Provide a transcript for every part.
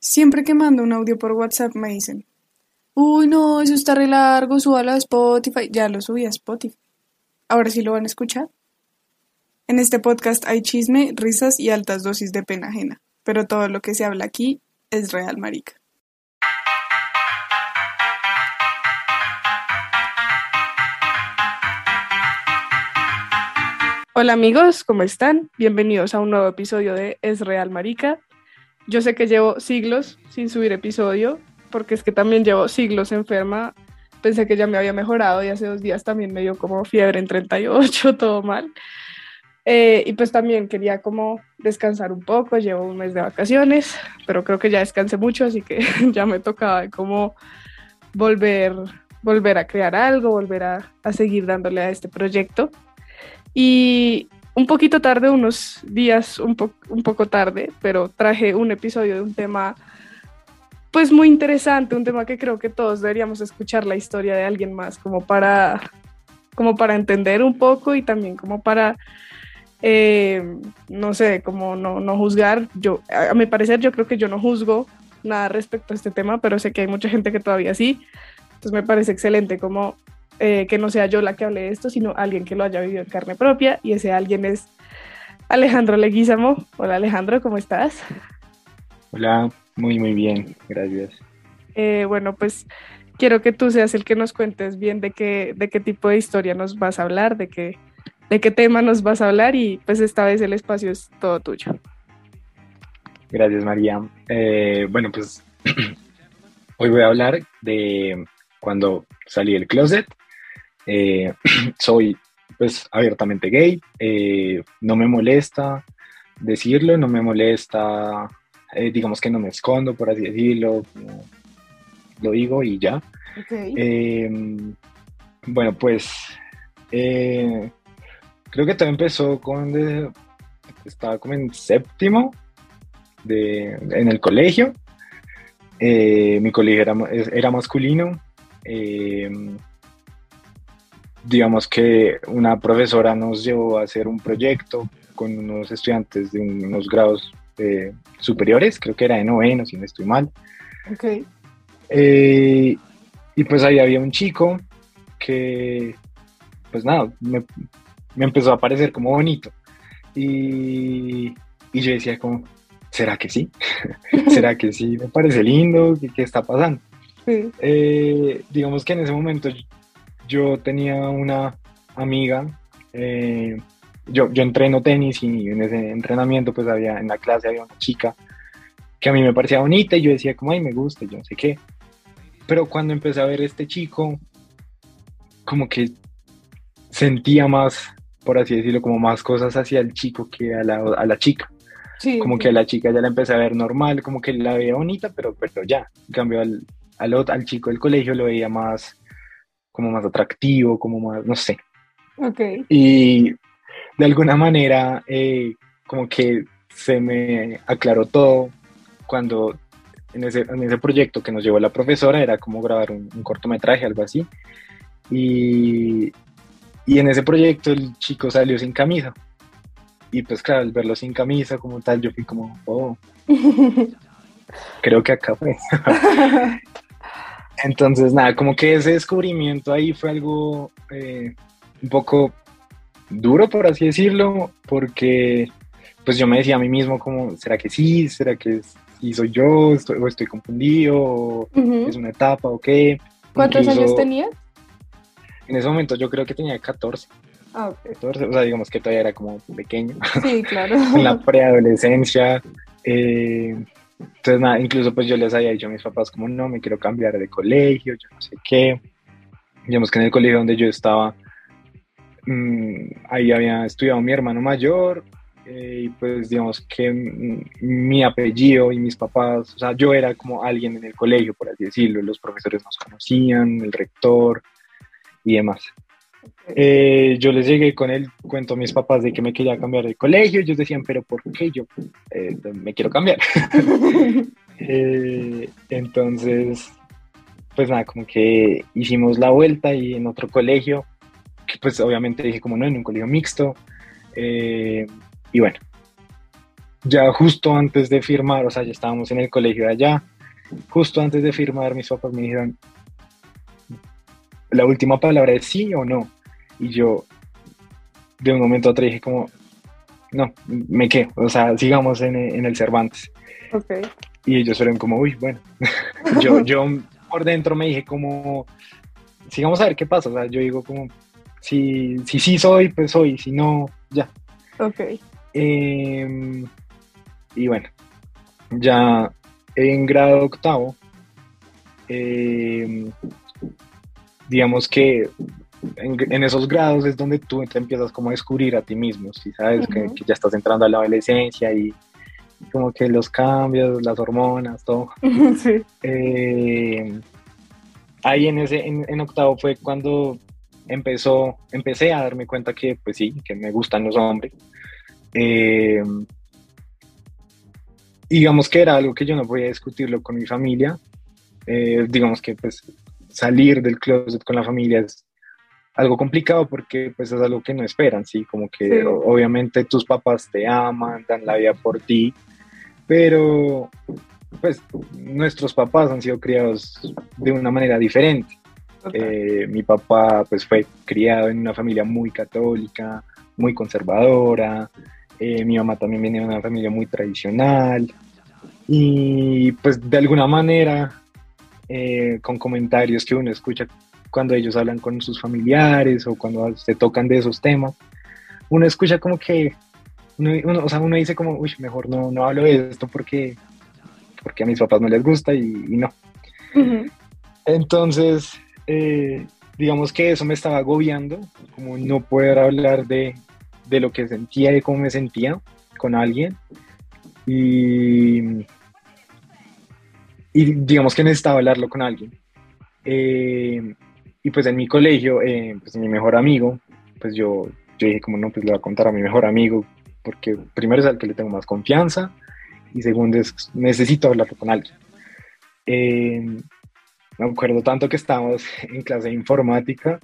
Siempre que mando un audio por WhatsApp me dicen, uy, no, eso está re largo, súbalo a Spotify. Ya lo subí a Spotify. Ahora sí lo van a escuchar. En este podcast hay chisme, risas y altas dosis de pena ajena. Pero todo lo que se habla aquí es real, marica. Hola amigos, ¿cómo están? Bienvenidos a un nuevo episodio de Es Real, Marica. Yo sé que llevo siglos sin subir episodio, porque es que también llevo siglos enferma. Pensé que ya me había mejorado y hace 2 días también me dio como fiebre en 38, todo mal. Y pues también quería como descansar un poco, llevo un mes de vacaciones, pero creo que ya descansé mucho, así que ya me tocaba como volver, volver a crear algo, volver a seguir dándole a este proyecto. Y un poquito tarde, unos días un poco tarde, pero traje un episodio de un tema pues muy interesante, un tema que creo que todos deberíamos escuchar la historia de alguien más, como para entender un poco y también como para, no sé, como no juzgar. A mi parecer, yo creo que yo no juzgo nada respecto a este tema, pero sé que hay mucha gente que todavía sí. Entonces me parece excelente como que no sea yo la que hable de esto, sino alguien que lo haya vivido en carne propia, y ese alguien es Alejandro Leguízamo. Hola Alejandro, ¿cómo estás? Hola, muy bien, gracias. Bueno, pues quiero que tú seas el que nos cuentes bien de qué tipo de historia nos vas a hablar, de qué tema nos vas a hablar, y pues esta vez el espacio es todo tuyo. Gracias, María. Bueno, pues hoy voy a hablar de cuando salí del closet. Eh, Soy pues abiertamente gay. No me molesta decirlo, no me molesta, digamos que no me escondo, por así decirlo, lo digo y ya. Ok. Eh, bueno, pues eh, creo que todo empezó estaba como en séptimo en el colegio. Mi colegio era masculino. Eh, digamos que una profesora nos llevó a hacer un proyecto con unos estudiantes de unos grados superiores, creo que era de noveno, si no estoy mal. Ok. Eh, y pues ahí había un chico que, pues nada, me empezó a parecer como bonito. Y, y yo decía como, ¿será que sí? ¿Será que sí? Me parece lindo, ¿qué está pasando? Sí. Digamos que en ese momento yo tenía una amiga. Yo entreno tenis y en ese entrenamiento pues en la clase había una chica que a mí me parecía bonita y yo decía como, ay, me gusta, y yo no sé qué. Pero cuando empecé a ver a este chico, como que sentía más, por así decirlo, como más cosas hacia el chico que a la chica. Sí, Como que a entiendo. la chica ya la empecé a ver normal, como que la veía bonita, pero ya. En cambio al chico del colegio lo veía más, como más atractivo, como más, no sé. Ok. Y de alguna manera, como que se me aclaró todo cuando en ese proyecto que nos llevó la profesora, era como grabar un cortometraje, algo así. Y, y en ese proyecto el chico salió sin camisa. Y pues claro, al verlo sin camisa como tal, yo fui como, oh, creo que acá fue. Entonces, nada, como que ese descubrimiento ahí fue algo un poco duro, por así decirlo, porque pues yo me decía a mí mismo como, ¿será que sí? ¿Será que sí soy yo? ¿O estoy confundido? ¿O es Ujú. una etapa o qué? ¿Cuántos años Incluso tenías? en ese momento yo creo que tenía 14, Ah, ok. 14, o sea, digamos que todavía era como pequeño, Sí, claro. en la preadolescencia. Entonces, nada, incluso pues yo les había dicho a mis papás como, no, me quiero cambiar de colegio, yo no sé qué. Digamos que en el colegio donde yo estaba, ahí había estudiado mi hermano mayor, y pues digamos que mi apellido y mis papás, o sea, yo era como alguien en el colegio, por así decirlo, los profesores nos conocían, el rector y demás. Ok. Yo les llegué con el cuento a mis papás de que me quería cambiar de colegio. Ellos decían, pero ¿por qué yo me quiero cambiar? Entonces, pues nada, como que hicimos la vuelta y en otro colegio, que pues obviamente dije como no, en un colegio mixto. eh, y bueno, ya justo antes de firmar, o sea, ya estábamos en el colegio de allá, justo antes de firmar mis papás me dijeron, la última palabra es sí o no. Y yo de un momento a otro dije como, no, me quedo, o sea, sigamos en el Cervantes. Ok. Y ellos fueron como, uy, bueno, yo por dentro me dije como, sigamos a ver qué pasa, o sea, yo digo como, si sí soy, pues soy, si no, ya. Ok. Eh, y bueno, ya en grado octavo, eh, digamos que en esos grados es donde tú te empiezas como a descubrir a ti mismo, si sabes Ujú. que ya estás entrando a la adolescencia y como que los cambios, las hormonas, todo. Sí. Eh, ahí en octavo fue cuando empecé a darme cuenta que pues sí, que me gustan los hombres. Eh, digamos que era algo que yo no podía discutirlo con mi familia. Digamos que pues salir del closet con la familia es algo complicado porque pues es algo que no esperan, ¿sí? Como que Sí. obviamente tus papás te aman, dan la vida por ti, pero pues nuestros papás han sido criados de una manera diferente. Total. Mi papá pues fue criado en una familia muy católica, muy conservadora. Mi mamá también venía de una familia muy tradicional y pues de alguna manera con comentarios que uno escucha cuando ellos hablan con sus familiares o cuando se tocan de esos temas, uno escucha como que o sea, uno dice como, uy, mejor no hablo de esto porque a mis papás no les gusta y no. Ujú. Entonces, digamos que eso me estaba agobiando, como no poder hablar de lo que sentía y cómo me sentía con alguien. Y, y digamos que necesitaba hablarlo con alguien. Eh, y pues en mi colegio, pues mi mejor amigo, pues yo dije como no, pues le voy a contar a mi mejor amigo, porque primero es al que le tengo más confianza y segundo es necesito hablarlo con alguien. Eh, Me acuerdo tanto que estábamos en clase de informática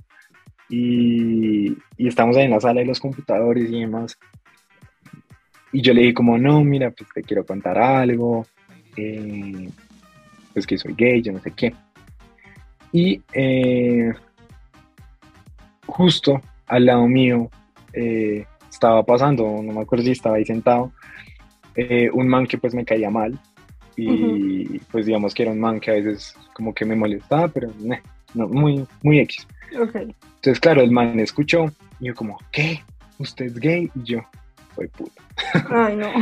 y estamos ahí en la sala de los computadores y demás. Y yo le dije como, no, mira, pues te quiero contar algo, eh, pues que soy gay, yo no sé qué. Y justo al lado mío estaba pasando, no me acuerdo si estaba ahí sentado, un man que pues me caía mal. Ujú. Y pues digamos que era un man que a veces como que me molestaba, pero no, muy, muy X. Ok. Entonces, claro, el man escuchó y yo como, ¿qué? ¿Usted es gay? Y yo, soy puto. Ay, no.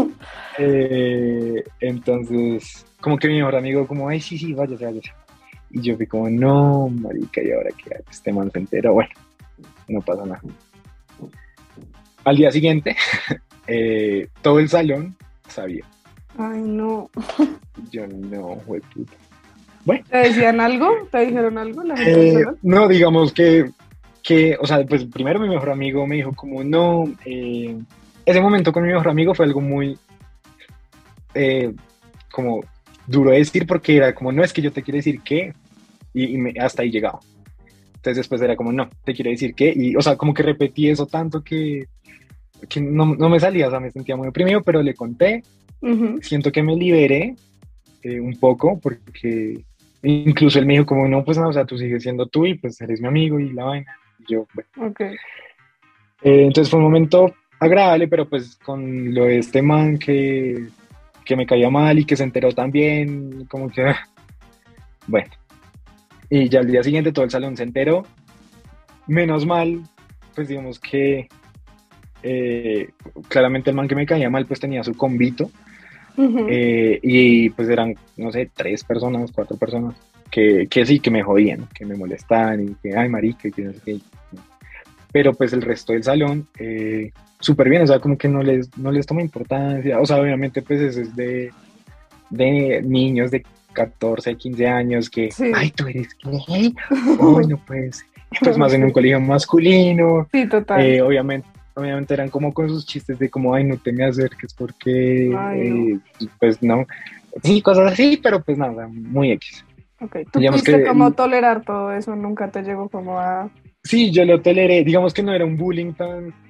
Entonces, como que mi mejor amigo como, ay, sí, sí, váyase, váyase. Y yo fui como, no, marica, ¿y ahora qué hago? Este man se entera. Bueno, no pasa nada. Al día siguiente, todo el salón sabía. Ay, no. Y yo, no, fue puto. Bueno, ¿Te decían algo? ¿Te dijeron algo la gente del salón? no, digamos que, o sea, pues primero mi mejor amigo me dijo como, no, ese momento con mi mejor amigo fue algo muy, eh, como duro de decir porque era como, no es que yo te quiero decir qué, hasta ahí llegaba. Entonces después era como, no, te quiero decir qué, y o sea, como que repetí eso tanto que no me salía, o sea, me sentía muy deprimido, pero le conté, Ujú. siento que me liberé un poco porque incluso él me dijo como, no, pues no, o sea, tú sigues siendo tú y pues eres mi amigo y la vaina. Y yo, bueno. Ok. Entonces fue un momento agradable, pero pues con lo de este man que me caía mal y que se enteró también, como que, bueno. Y ya al día siguiente todo el salón se enteró. Menos mal, pues digamos que eh, claramente el man que me caía mal pues tenía su convito. Ujú. Y pues eran, no sé, 3 personas, 4 personas que sí, que me jodían, que me molestaban y que, ay, marica, y que no sé qué. Pero pues el resto del salón, súper bien, o sea, como que no les toma importancia, o sea, obviamente pues eso es de niños de 14 15 años que, ay, Sí. tú eres gay, ay, no puedes, pues más en un Sí. colegio masculino, Sí, total. obviamente eran como con sus chistes de como, ay, no te me acerques porque, Ay, no. pues no, sí, cosas así, pero pues nada, muy X. Ok. ¿Tú Digamos pudiste que como tolerar todo eso? ¿Nunca te llegó como a... sí, yo lo toleré, digamos que no era un bullying tan,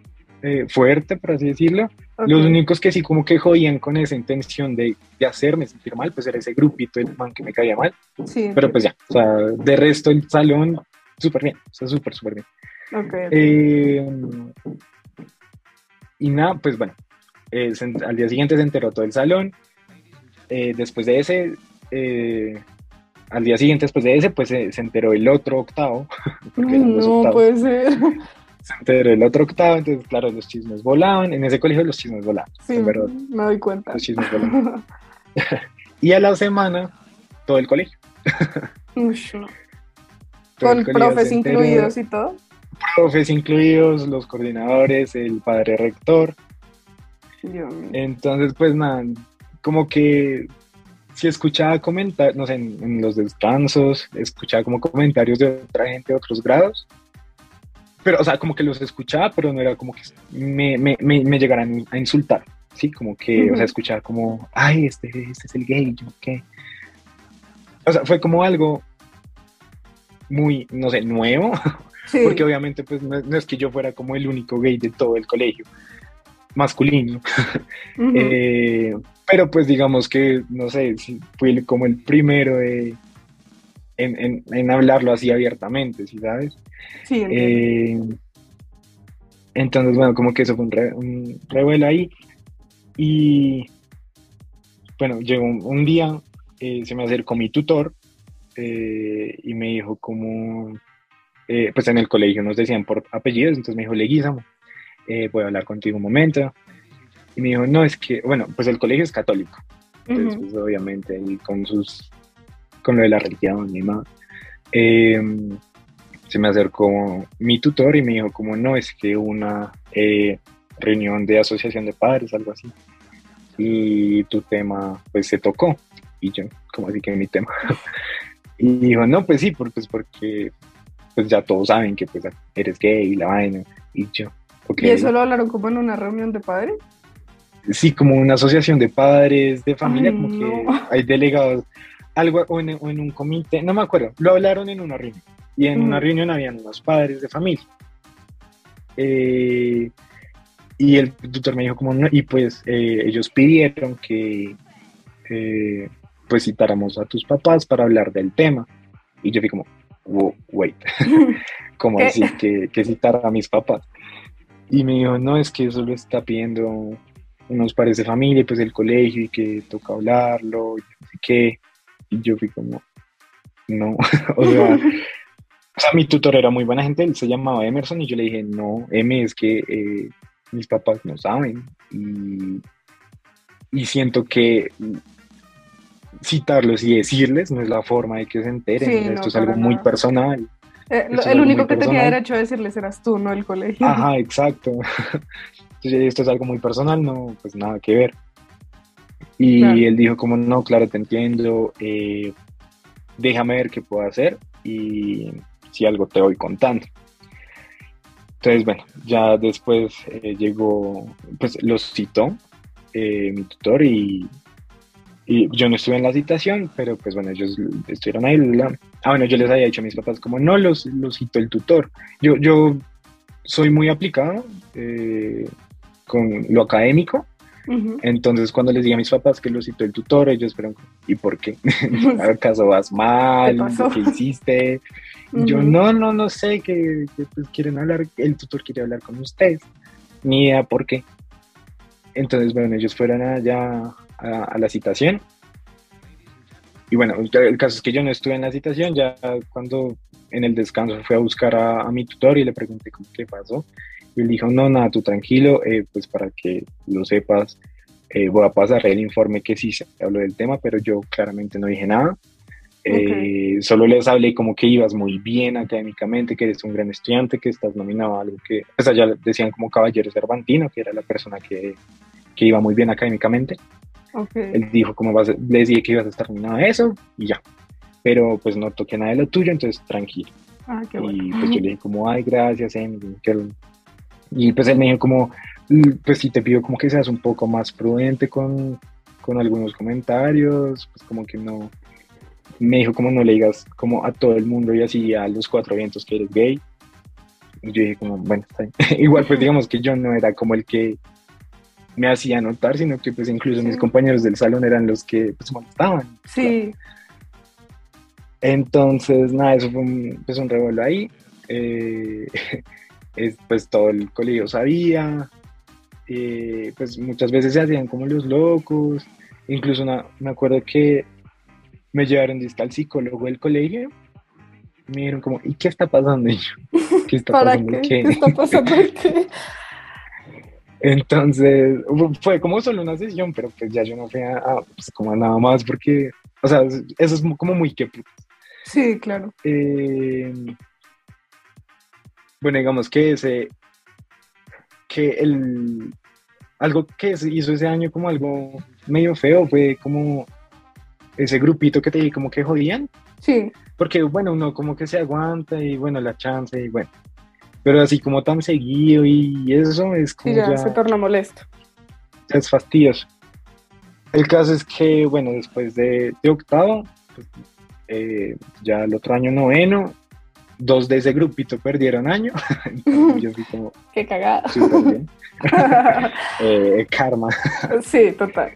fuerte, por así decirlo. Ok. Los únicos que sí como que jodían con esa intención de hacerme sentir mal, pues era ese grupito del man que me caía mal. Sí, Pero entiendo. pues ya, o sea, de resto el salón, súper bien, o sea, súper, súper bien. Ok, ok. Eh, y nada, pues bueno, al día siguiente se enteró todo el salón. Después de ese, al día siguiente después de ese, pues se enteró el otro octavo, porque Ay, eran dos no octavos. puede ser. Se enteró el otro octavo, entonces claro, los chismes volaban. En ese colegio los chismes volaban, Sí, en verdad, me doy cuenta. los chismes volaban. Y a la semana, todo el colegio, Ush, no. todo el Con colegio se profes enteró, incluidos y todo. profes incluidos, los coordinadores, el padre rector. Dios mío. Entonces, pues nada, como que si escuchaba comentarios, no sé, en los descansos, escuchaba como comentarios de otra gente de otros grados, pero, o sea, como que los escuchaba, pero no era como que me llegaran a insultar, ¿sí? Como que, o sea, Ujú. escuchaba como, ay, este es el gay, yo qué. O sea, fue como algo muy, no sé, nuevo, porque Sí. obviamente, pues, no es que yo fuera como el único gay de todo el colegio, masculino. Ujú. Eh, pero pues digamos que, no sé, si fui como el primero en hablarlo así abiertamente, ¿sí sabes? Sí, entiendo. Eh, entonces, bueno, como que eso fue un revuelo ahí. Y bueno, llegó un día, se me acercó mi tutor y me dijo como, pues en el colegio nos decían por apellidos, entonces me dijo, Leguízamo, voy a hablar contigo un momento. Y me dijo, no, es que, bueno, pues el colegio es católico, entonces Ujú. pues obviamente ahí con lo de la religión y más. Eh, Se me acercó mi tutor y me dijo como no, es que una reunión de asociación de padres, algo así, y tu tema pues se tocó. Y yo, como así que mi tema? Y dijo, no, pues sí, pues porque pues ya todos saben que pues eres gay y la vaina. Y yo, ok. ¿Y eso lo hablaron como en una reunión de padres? Sí, como una asociación de padres, de Ay, familia, como no. que hay delegados, algo, o en un comité, no me acuerdo, lo hablaron en una reunión. Y en una Ujú. reunión habían unos padres de familia. Eh, y el tutor me dijo como no, y pues ellos pidieron que pues citáramos a tus papás para hablar del tema. Y yo fui como, wait, ¿cómo ¿Qué? así que citar a mis papás? Y me dijo, no, es que eso lo está pidiendo unos padres de familia, y pues el colegio, y que toca hablarlo, y no sé qué. Y yo fui como, no, o sea, mi tutor era muy buena gente, él se llamaba Emerson, y yo le dije, no, M, es que mis papás no saben, y siento que citarlos y decirles no es la forma de que se enteren, o Sí, sea, esto no, es algo para muy nada. personal, esto es El algo muy único que tenía personal, derecho a decirles eras tú, no el colegio. ajá, exacto, entonces esto es algo muy personal, no, pues nada que ver. Y Claro. él dijo como, no, claro, te entiendo, déjame ver qué puedo hacer y si algo te voy contando. Entonces, bueno, ya después llegó, pues los citó mi tutor y yo no estuve en la citación, pero pues bueno, ellos estuvieron ahí. Bueno, yo les había dicho a mis papás como, no, los citó el tutor. Yo soy muy aplicado con lo académico. Ujú. Entonces, cuando les dije a mis papás que lo citó el tutor, ellos fueron, ¿y por qué? ¿Acaso vas ¿Qué mal? pasó? ¿Qué hiciste? Y yo, Ujú. no sé, que pues, quieren hablar, el tutor quiere hablar con ustedes, ni idea por qué. Entonces, bueno, ellos fueron allá a la citación. Y bueno, el caso es que yo no estuve en la citación, ya cuando en el descanso fui a buscar a mi tutor y le pregunté cómo qué pasó. Y él dijo, no, nada, tú tranquilo, pues para que lo sepas, voy a pasar el informe que sí se habló del tema, pero yo claramente no dije nada. Ok. Solo les hablé como que ibas muy bien académicamente, que eres un gran estudiante, que estás nominado a algo que, pues allá decían como caballero cervantino, que era la persona que iba muy bien académicamente. Ok. Él dijo como les dije que ibas a estar nominado a eso y ya, pero pues no toqué nada de lo tuyo, entonces tranquilo. Ah, qué bueno. Y pues yo le dije como, ay, gracias, Emily. Y pues él me dijo como, pues sí te pido como que seas un poco más prudente con algunos comentarios, pues como que no, me dijo como no le digas como a todo el mundo y así a los cuatro vientos que eres gay. Y yo dije como, bueno, está bien. Igual pues digamos que yo no era como el que me hacía notar, sino que pues incluso mis Sí. compañeros del salón eran los que pues molestaban. Claro. Sí, Entonces, nada, eso fue pues, un revuelo ahí. Eh, pues todo el colegio sabía, pues muchas veces se hacían como los locos. Incluso me acuerdo que me llevaron dizque al psicólogo del colegio. Me dijeron como, ¿y qué está pasando? Y yo, ¿qué está ¿para pasando? ¿Y qué? qué? ¿Qué está pasando aquí? Entonces, fue como solo una sesión, pero pues ya yo no fui pues, como a nada más porque, o sea, eso es como muy que... Sí, claro. Eh, bueno, digamos que algo que se hizo ese año como algo medio feo fue como ese grupito que te dije como que jodían, Sí, porque bueno, uno como que se aguanta y bueno, la chance y bueno, pero así como tan seguido y eso es sí, como ya se torna molesto. ya es fastidioso. El caso es que bueno, después de octavo, pues, ya el otro año noveno, dos de ese grupito perdieron año, entonces yo fui como Qué cagada. súper bien. Karma. Sí, total.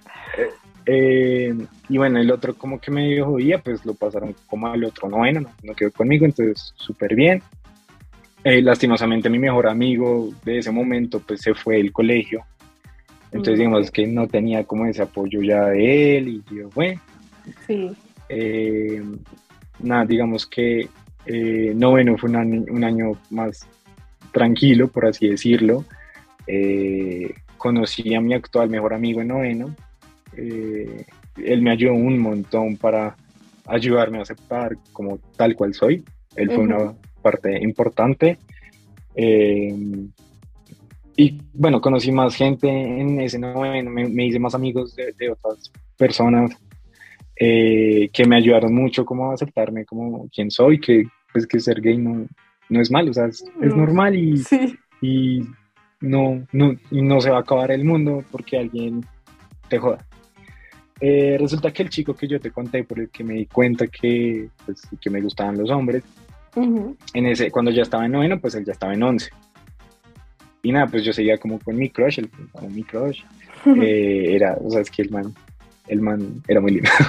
Y bueno, el otro como que medio jodía, pues lo pasaron como al otro noveno, no quedó conmigo, entonces súper bien. Lastimosamente mi mejor amigo de ese momento pues se fue del colegio, entonces digamos Ok. que no tenía como ese apoyo ya de él y yo, bueno, Sí. eh, nada, digamos que noveno fue un año más tranquilo, por así decirlo. Conocí a mi actual mejor amigo en noveno. Él me ayudó un montón para ayudarme a aceptar como tal cual soy. Él fue Ujú. una parte importante. Eh, y bueno, conocí más gente en ese noveno, me hice más amigos de otras personas que me ayudaron mucho como a aceptarme como quien soy, que pues que ser gay no es malo, o sea, es No, normal sí. y y no se va a acabar el mundo porque alguien te joda. Resulta que el chico que yo te conté, por el que me di cuenta pues, que me gustaban los hombres, Ujú. cuando ya estaba en noveno, pues él ya estaba en 11. Y nada, pues yo seguía como con mi crush, con mi crush. O sea, es que el man era muy lindo.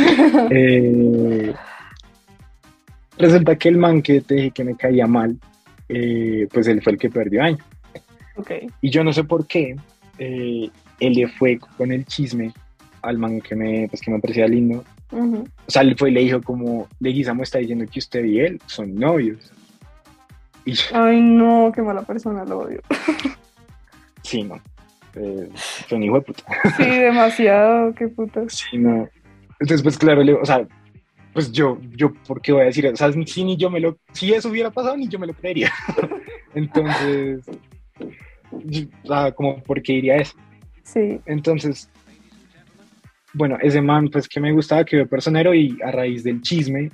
Eh, Resulta que el man que te dije que me caía mal, pues él fue el que perdió año. Ok. Y yo no sé por qué, él le fue con el chisme al man pues, que me parecía lindo. Ujú. O sea, él fue y le dijo como, Leguizamo está diciendo que usted y él son novios. Y yo, Ay, no, qué mala persona, lo odio. sí, no, fue un hijo de puta. Sí, demasiado, qué putas. Sí, no. Entonces, pues claro, o sea, pues ¿por qué voy a decir? O sea, si eso hubiera pasado, ni yo me lo creería. Entonces, o sea, como, ¿por qué diría eso? Sí. Entonces, bueno, ese man, pues que me gustaba, que veo personero y a raíz del chisme,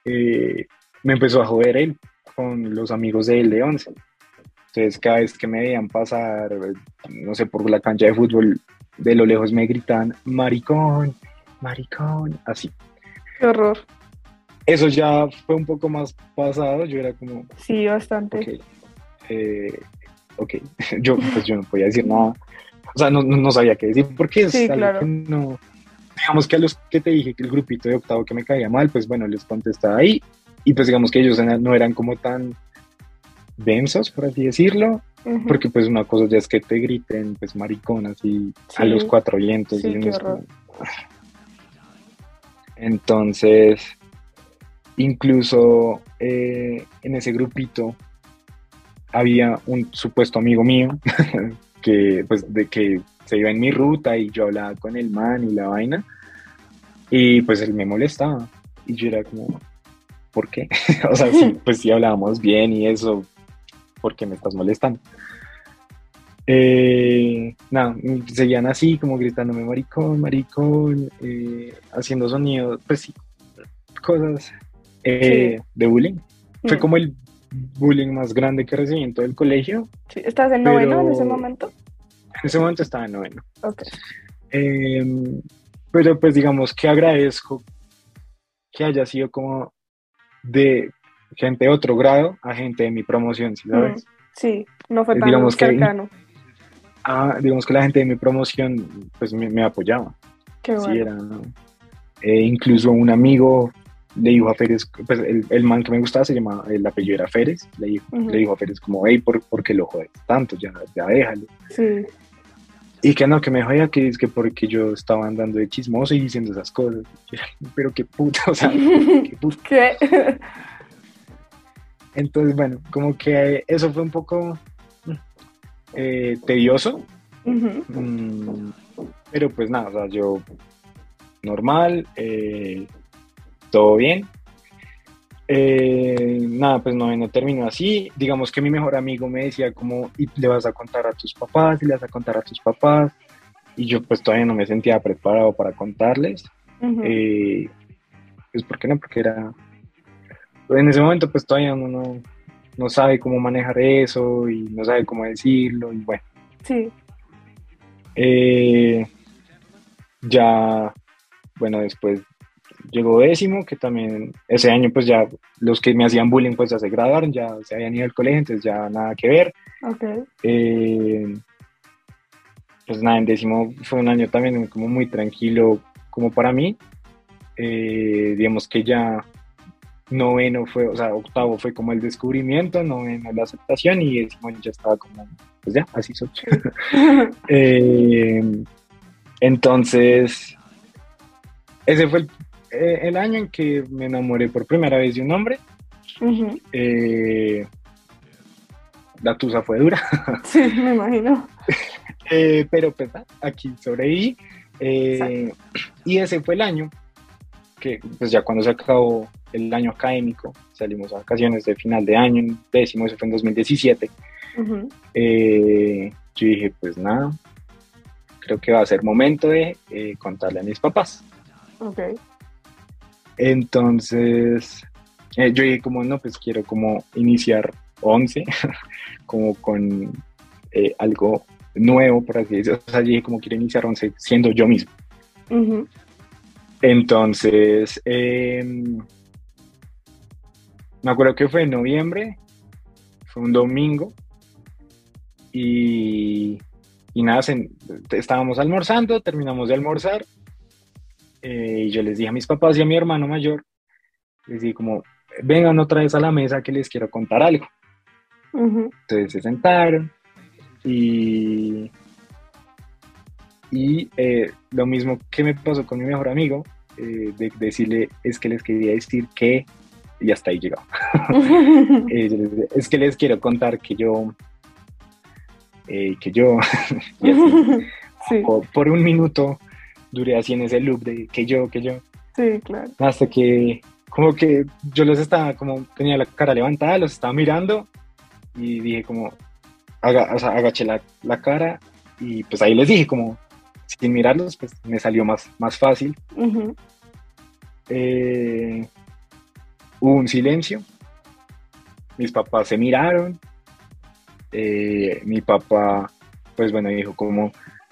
me empezó a joder él con los amigos de él de 11. Entonces, cada vez que me veían pasar, no sé, por la cancha de fútbol, de lo lejos me gritaban, maricón, maricón, así. Qué horror. Eso ya fue un poco más pasado, yo era como, Sí, bastante. ok, eh, ok, pues yo no podía decir nada, o sea, no sabía qué decir, porque es Sí, algo que claro. no, digamos que a los que te dije que el grupito de octavo que me caía mal, pues bueno, les contestaba ahí, y pues digamos que ellos no eran como tan densos, por así decirlo, Ujú. porque pues una cosa ya es que te griten, pues mariconas y a los Sí, cuatro vientos, y sí, uno qué es horror. como... Entonces, incluso en ese grupito había un supuesto amigo mío que pues de que se iba en mi ruta y yo hablaba con el man y la vaina y pues él me molestaba y yo era como, ¿por qué? O sea, sí, pues sí hablábamos bien y eso, ¿por qué me estás molestando? Nada, seguían así como gritándome maricón, maricón, haciendo sonidos, pues sí, cosas Sí. de bullying. Fue Mm. como el bullying más grande que recibí en todo el colegio, Sí. ¿Estás en noveno en ese pero momento? en ese momento estaba en noveno. Ok. Eh, pero pues digamos que agradezco que haya sido como de gente de otro grado a gente de mi promoción, ¿sí Mm. sabes? Sí, no fue tan Digamos que, cercano. digamos que la gente de mi promoción pues me apoyaba. Qué Sí, bueno. era, incluso un amigo le dijo a Férez, pues el man que me gustaba se llamaba, el apellido era Férez, le Ujú. dijo a Férez como, hey, ¿por qué lo jodes tanto? Ya déjalo. Sí. Y que no, que me jodía que es que porque yo estaba andando de chismoso y diciendo esas cosas. Pero qué puta, o sea, qué puta. ¿Qué? Entonces, bueno, como que eso fue un poco tedioso, Ujú. mm, pero pues nada, o sea, yo normal, todo bien. Nada, pues no terminó así. Digamos que mi mejor amigo me decía como, y le vas a contar a tus papás, y le vas a contar a tus papás. Y yo pues todavía no me sentía preparado para contarles. Ujú. Eh, pues ¿por qué no? Porque era, en ese momento pues todavía uno no sabe cómo manejar eso y no sabe cómo decirlo. Y bueno, Sí. eh, ya, bueno, después llegó décimo, que también ese año pues ya los que me hacían bullying pues ya se graduaron, ya se habían ido al colegio, entonces ya nada que ver. Ok. Eh, pues nada, en décimo fue un año también como muy tranquilo como para mí. Digamos que ya noveno fue, o sea, octavo fue como el descubrimiento, noveno la aceptación y décimo ya estaba como, pues ya, así soy. Sí. Eh, entonces, ese fue el año en que me enamoré por primera vez de un hombre. Ujú. Eh, la tusa fue dura, Sí, me imagino. pero pues aquí sobreviví. Exacto. Eh, y ese fue el año que, pues ya cuando se acabó el año académico, salimos a vacaciones de final de año, en décimo, eso fue en 2017. Ujú. Yo dije, pues nada, creo que va a ser momento de contarle a mis papás. Ok. Entonces, yo dije como, no, pues quiero como iniciar 11 como con algo nuevo, por así decirlo. O sea, yo dije como quiero iniciar 11 siendo yo mismo. Ujú. Entonces, me acuerdo que fue en noviembre, fue un domingo, y, y nada, estábamos almorzando, terminamos de almorzar, y yo les dije a mis papás y a mi hermano mayor, les dije como, vengan otra vez a la mesa que les quiero contar algo. Ujú. Entonces se sentaron y, y lo mismo que me pasó con mi mejor amigo, de decirle es que les quería decir que, y hasta ahí llegó, es que les quiero contar que yo, y así, Sí, por un minuto duré así en ese loop de que yo, sí, claro. hasta que como que yo los estaba, como tenía la cara levantada, los estaba mirando y dije como, o sea, agaché la cara y pues ahí les dije como, sin mirarlos, pues me salió más fácil. Ujú. Eh, hubo un silencio, mis papás se miraron, mi papá, pues bueno, dijo como,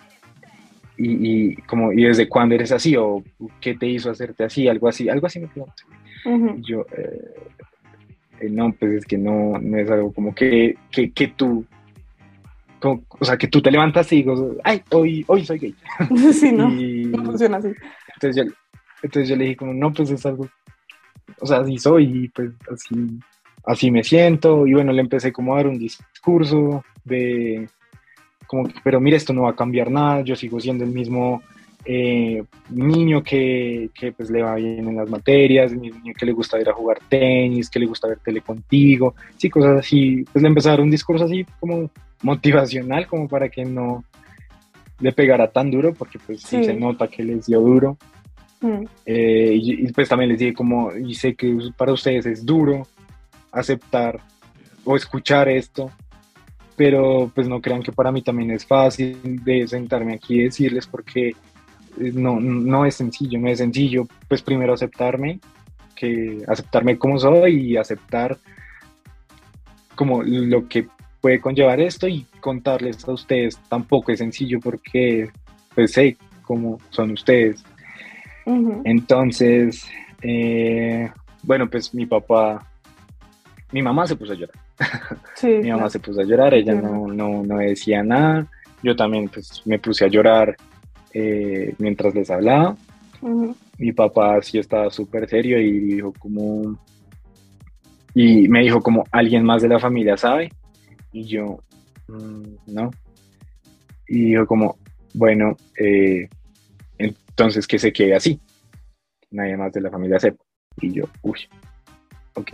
¿y desde cuándo eres así? ¿O qué te hizo hacerte así? Algo así me preguntó. Ujú. Y yo, no, pues es que no es algo como que tú, o sea, que tú te levantas y digo, ay, hoy soy gay. Sí, no, Y no funciona así. entonces entonces yo le dije como, no, pues es algo, o sea, así soy y pues así me siento. Y bueno, le empecé como a dar un discurso de, como, pero mira, esto no va a cambiar nada, yo sigo siendo el mismo niño que pues le va bien en las materias, el mismo niño que le gusta ir a jugar tenis, que le gusta ver tele contigo, sí, cosas así. Pues le empecé a dar un discurso así como motivacional, como para que no le pegara tan duro, porque pues sí se Sí. nota que les dio duro. Mm. Y pues también les dije como, y sé que para ustedes es duro aceptar o escuchar esto, pero pues no crean que para mí también es fácil de sentarme aquí y decirles, porque no es sencillo, no es sencillo, pues primero aceptarme como soy y aceptar como lo que puede conllevar esto, y contarles a ustedes tampoco es sencillo porque pues sé cómo son ustedes. Ujú. Entonces, bueno, pues mi mamá se puso a llorar. Sí, Mi mamá claro. se puso a llorar, ella Entiendo. no decía nada. Yo también pues me puse a llorar mientras les hablaba. Ujú. Mi papá sí estaba súper serio y dijo como, y me dijo como, ¿alguien más de la familia sabe? Y yo, no. Y dijo como, bueno, entonces que se quede así, nadie más de la familia sepa. Y yo, uy, ok.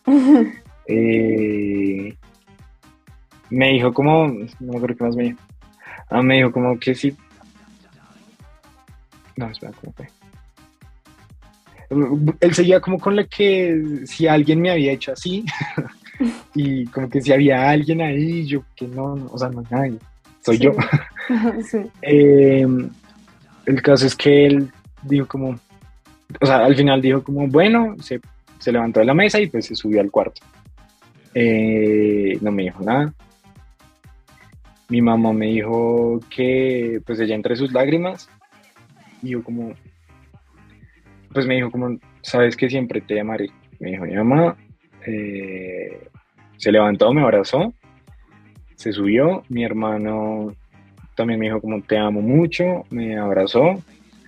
Eh, Me dijo como, no me acuerdo qué más me dijo. Ah, me dijo como que sí, no, espera, ¿cómo fue? Él seguía como con lo que si alguien me había hecho así y como que si había alguien ahí, yo que no, o sea, no hay nadie, soy yo. Sí, sí. Eh, el caso es que él dijo como, o sea, al final dijo como, bueno, se levantó de la mesa y pues se subió al cuarto. No me dijo nada. Mi mamá me dijo que pues ella entre sus lágrimas y yo como, pues me dijo como, sabes que siempre te amaré. Me dijo mi mamá, eh, se levantó, me abrazó, se subió, mi hermano también me dijo como te amo mucho, me abrazó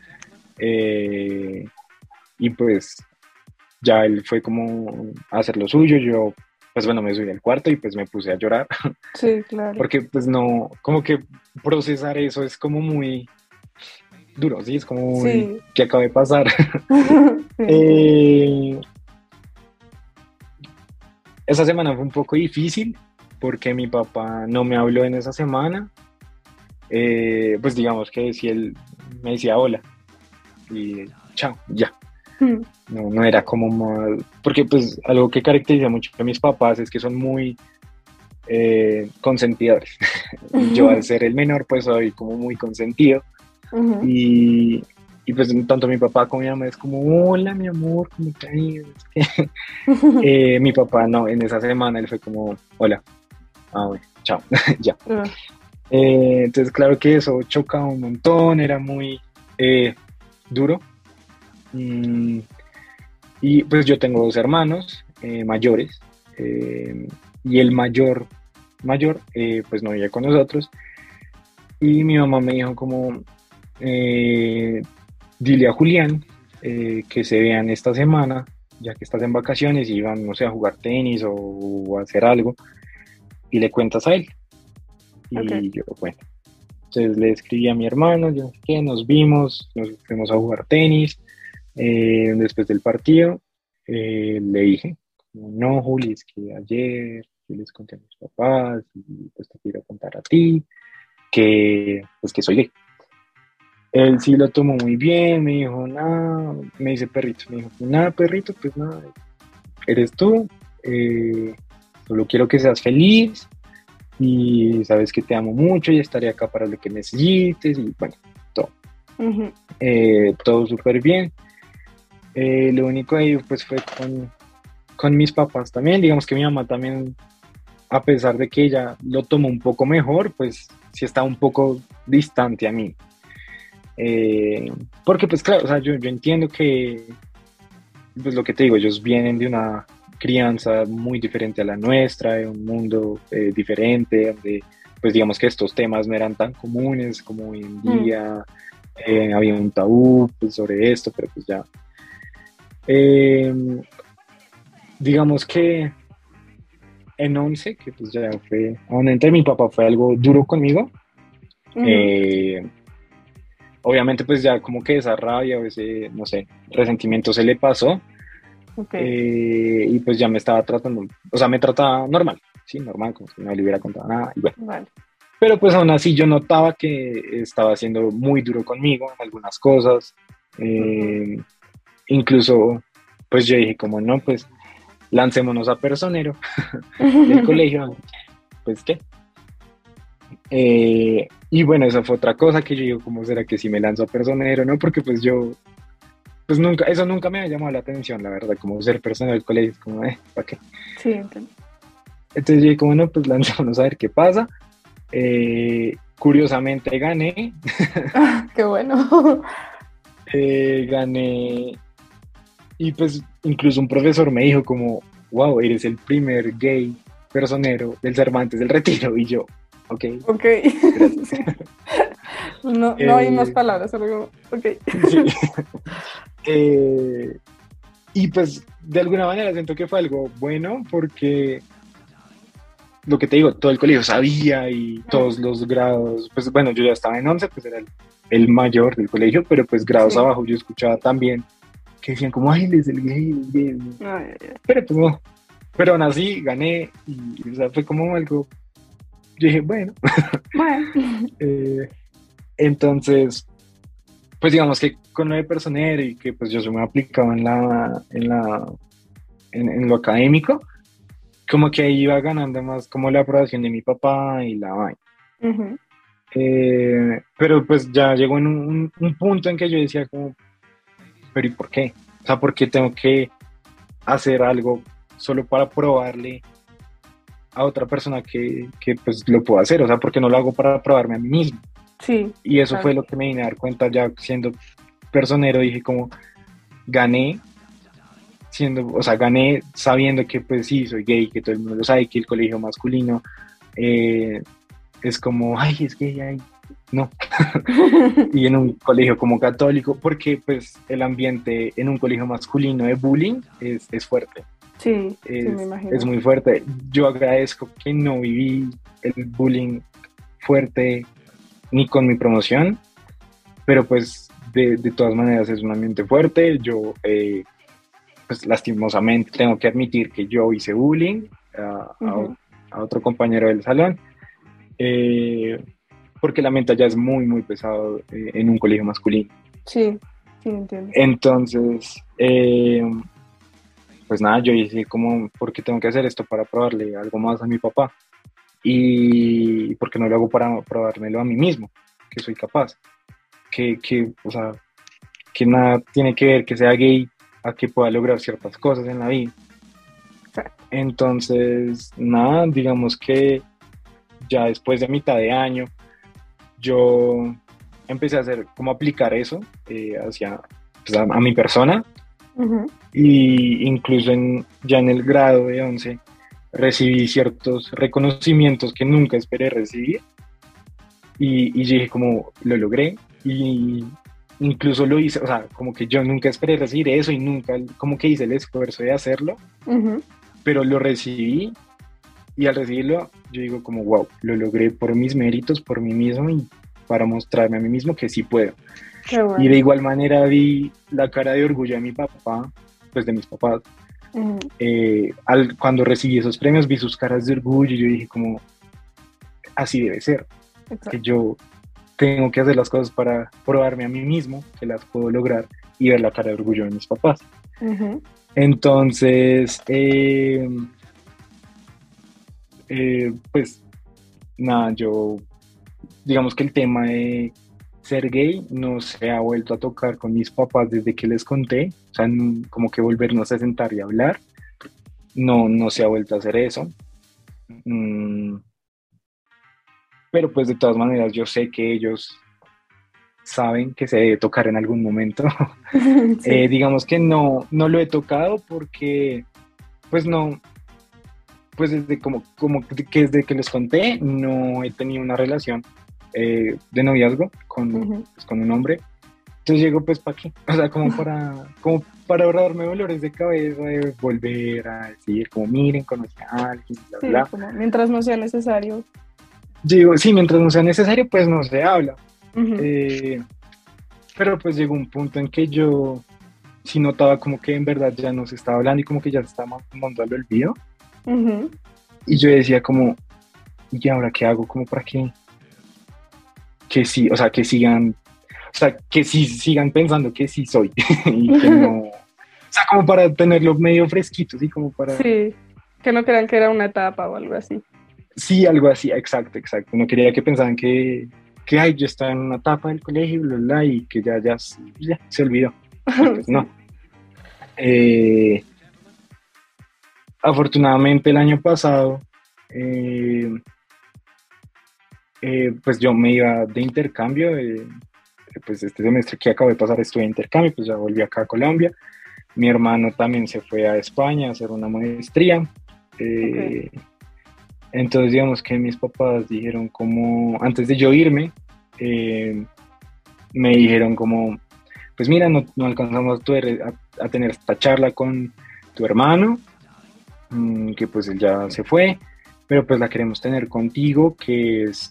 eh, y pues ya él fue como a hacer lo suyo, yo pues bueno me subí al cuarto y pues me puse a llorar Sí, claro. porque pues no, como que procesar eso es como muy duro, sí, es como muy, Sí. ¿qué acaba de pasar? Sí, entiendo. eh, Esa semana fue un poco difícil porque mi papá no me habló en esa semana. Pues digamos que si él me decía hola y chao, ya. Mm. No era como más, porque pues algo que caracteriza mucho a mis papás es que son muy consentidores. Y yo al ser el menor pues soy como muy consentido. Ujú. Y, y pues tanto mi papá como mi mamá es como, hola mi amor, ¿cómo te ha ido? Mi papá no, en esa semana él fue como, hola, bueno, chao, ya. Ah, Entonces, claro que eso chocaba un montón, era muy eh, duro. Mm, y pues yo tengo dos hermanos mayores, eh, y el mayor, pues no vivía con nosotros. Y mi mamá me dijo como, eh, dile a Julián que se vean esta semana, ya que estás en vacaciones y van, no sé, a jugar tenis o a hacer algo, y le cuentas a él. ok. Y yo, bueno. Entonces le escribí a mi hermano, yo no sé qué, nos vimos, nos fuimos a jugar tenis. Después del partido, le dije, no, Juli, es que ayer yo les conté a mis papás y pues te quiero contar a ti que, pues, que soy gay. Él sí lo tomó muy bien, me dijo, nada, me dice perrito, me dijo, nada, perrito, pues nada, eres tú, solo quiero que seas feliz y sabes que te amo mucho y estaré acá para lo que necesites y bueno, todo. Ujú. Todo súper bien. Lo único ahí pues fue con mis papás también, digamos que mi mamá también, a pesar de que ella lo tomó un poco mejor, pues sí está un poco distante a mí. Eh, Porque pues claro, o sea, yo entiendo que, pues lo que te digo, ellos vienen de una crianza muy diferente a la nuestra, de un mundo diferente, donde pues digamos que estos temas no eran tan comunes como hoy en Mm. día, había un tabú pues, sobre esto, pero pues ya. Eh, digamos que en 11 que pues ya fue, obviamente mi papá fue algo duro conmigo, Ujú. eh, obviamente pues ya como que esa rabia o ese, no sé, resentimiento se le pasó, Ok. y pues ya me estaba tratando, o sea, me trataba normal, sí, normal, como si no le hubiera contado nada, y bueno. Vale. Pero pues aún así yo notaba que estaba siendo muy duro conmigo en algunas cosas, Ujú. eh, incluso pues yo dije como no, pues lancémonos a personero del colegio, pues qué. Y bueno, esa fue otra cosa que yo digo, ¿cómo será que si me lanzo a personero, no? Porque pues yo, pues nunca, eso nunca me ha llamado la atención, la verdad, como ser personero del colegio, es como, ¿para qué? Sí, entiendo. Entonces yo dije, como no, pues lanzémonos a ver qué pasa. Curiosamente gané, Ah, qué bueno. gané y pues incluso un profesor me dijo como, wow, eres el primer gay personero del Cervantes del Retiro, y yo, ok, Ok. gracias. No hay más palabras, solo ok. Sí. Eh, y pues de alguna manera siento que fue algo bueno porque lo que te digo, todo el colegio sabía y todos los grados, pues bueno, yo ya estaba en 11, pues era el mayor del colegio, pero pues grados Sí. abajo yo escuchaba también que decían como, ay, él es el gay, el gay. Ay, ay, ay. Pero pues no, pero aún así gané y o sea, fue como algo, yo dije, bueno, Bueno. eh, entonces, pues digamos que con lo de personero y que pues yo se me aplicaba en lo académico, como que ahí iba ganando más como la aprobación de mi papá y la vaina. Ujú. Pero pues ya llegó en un punto en que yo decía como, pero ¿y por qué? O sea, ¿por qué tengo que hacer algo solo para probarle a otra persona que pues lo puedo hacer? O sea, ¿por qué no lo hago para probarme a mí mismo? Sí, Y eso claro. fue lo que me vine a dar cuenta ya siendo personero, dije como, gané siendo, o sea, gané sabiendo que pues sí, soy gay, que todo el mundo lo sabe, que el colegio masculino eh, es como, ay, es gay, ay, no. Y en un colegio como católico, porque pues el ambiente en un colegio masculino de bullying es fuerte, Sí, sí, me es imagino. muy fuerte. Yo agradezco que no viví el bullying fuerte ni con mi promoción, pero pues de todas maneras es un ambiente fuerte. Yo, pues lastimosamente tengo que admitir que yo hice bullying Ujú. a otro compañero del salón. Eh, Porque la mental ya es muy, muy pesado en un colegio masculino. Sí, sí, entiendo. Entonces, pues nada, yo dije como, ¿por qué tengo que hacer esto para probarle algo más a mi papá? Y ¿por qué no lo hago para probármelo a mí mismo? Que soy capaz. O sea, que nada tiene que ver que sea gay a que pueda lograr ciertas cosas en la vida. Exacto. Entonces, nada, digamos que ya después de mitad de año, yo empecé a hacer, como aplicar eso hacia pues, a mi persona Ujú. y incluso ya en el grado de 11 recibí ciertos reconocimientos que nunca esperé recibir y dije como lo logré y incluso lo hice, o sea, como que yo nunca esperé recibir eso y nunca como que hice el esfuerzo de hacerlo, Ujú. pero lo recibí y al recibirlo yo digo como wow, lo logré por mis méritos, por mí mismo y para mostrarme a mí mismo que sí puedo. Qué Y de bueno. igual manera vi la cara de orgullo de mi papá, pues de mis papás. Ujú. Cuando recibí esos premios vi sus caras de orgullo y yo dije como, así debe ser, que Exacto. yo tengo que hacer las cosas para probarme a mí mismo que las puedo lograr y ver la cara de orgullo de mis papás. Ujú. Entonces, pues nada, yo digamos que el tema de ser gay no se ha vuelto a tocar con mis papás desde que les conté, o sea, como que volvernos a sentar y hablar, no se ha vuelto a hacer eso. Mm, pero pues de todas maneras yo sé que ellos saben que se debe tocar en algún momento. Sí. Digamos que no lo he tocado porque pues no, pues que desde que les conté no he tenido una relación de noviazgo Ujú. pues, con un hombre. Entonces llego pues para qué, o sea, como para ahorrarme dolores de cabeza, de volver a decir, como miren, conocí a alguien, bla, Sí, bla. como mientras no sea necesario. Yo digo, sí, mientras no sea necesario, pues no se habla. Ujú. Eh, pero pues llegó un punto en que yo sí notaba como que en verdad ya no se estaba hablando y como que ya se estaba mandando al olvido. Ujú. Y yo decía como, ¿y ahora qué hago? Como para que sí, o sea, que sigan, o sea, que sí sigan pensando que sí soy y que no, o sea, como para tenerlo medio fresquito, sí, como para, Sí, que no crean que era una etapa o algo así. sí, algo así, exacto, exacto. No quería que pensaran que ay, yo estaba en una etapa del colegio, bla, bla, y que ya se olvidó. Y pues no. Sí. Eh, Afortunadamente el año pasado, eh, pues yo me iba de intercambio, pues este semestre que acabo de pasar estuve de intercambio, pues ya volví acá a Colombia. Mi hermano también se fue a España a hacer una maestría. Ok. Eh, Entonces, digamos que mis papás dijeron como, antes de yo irme, eh, me dijeron como, pues mira, no alcanzamos a tener esta charla con tu hermano, que pues él ya se fue, pero pues la queremos tener contigo, que es,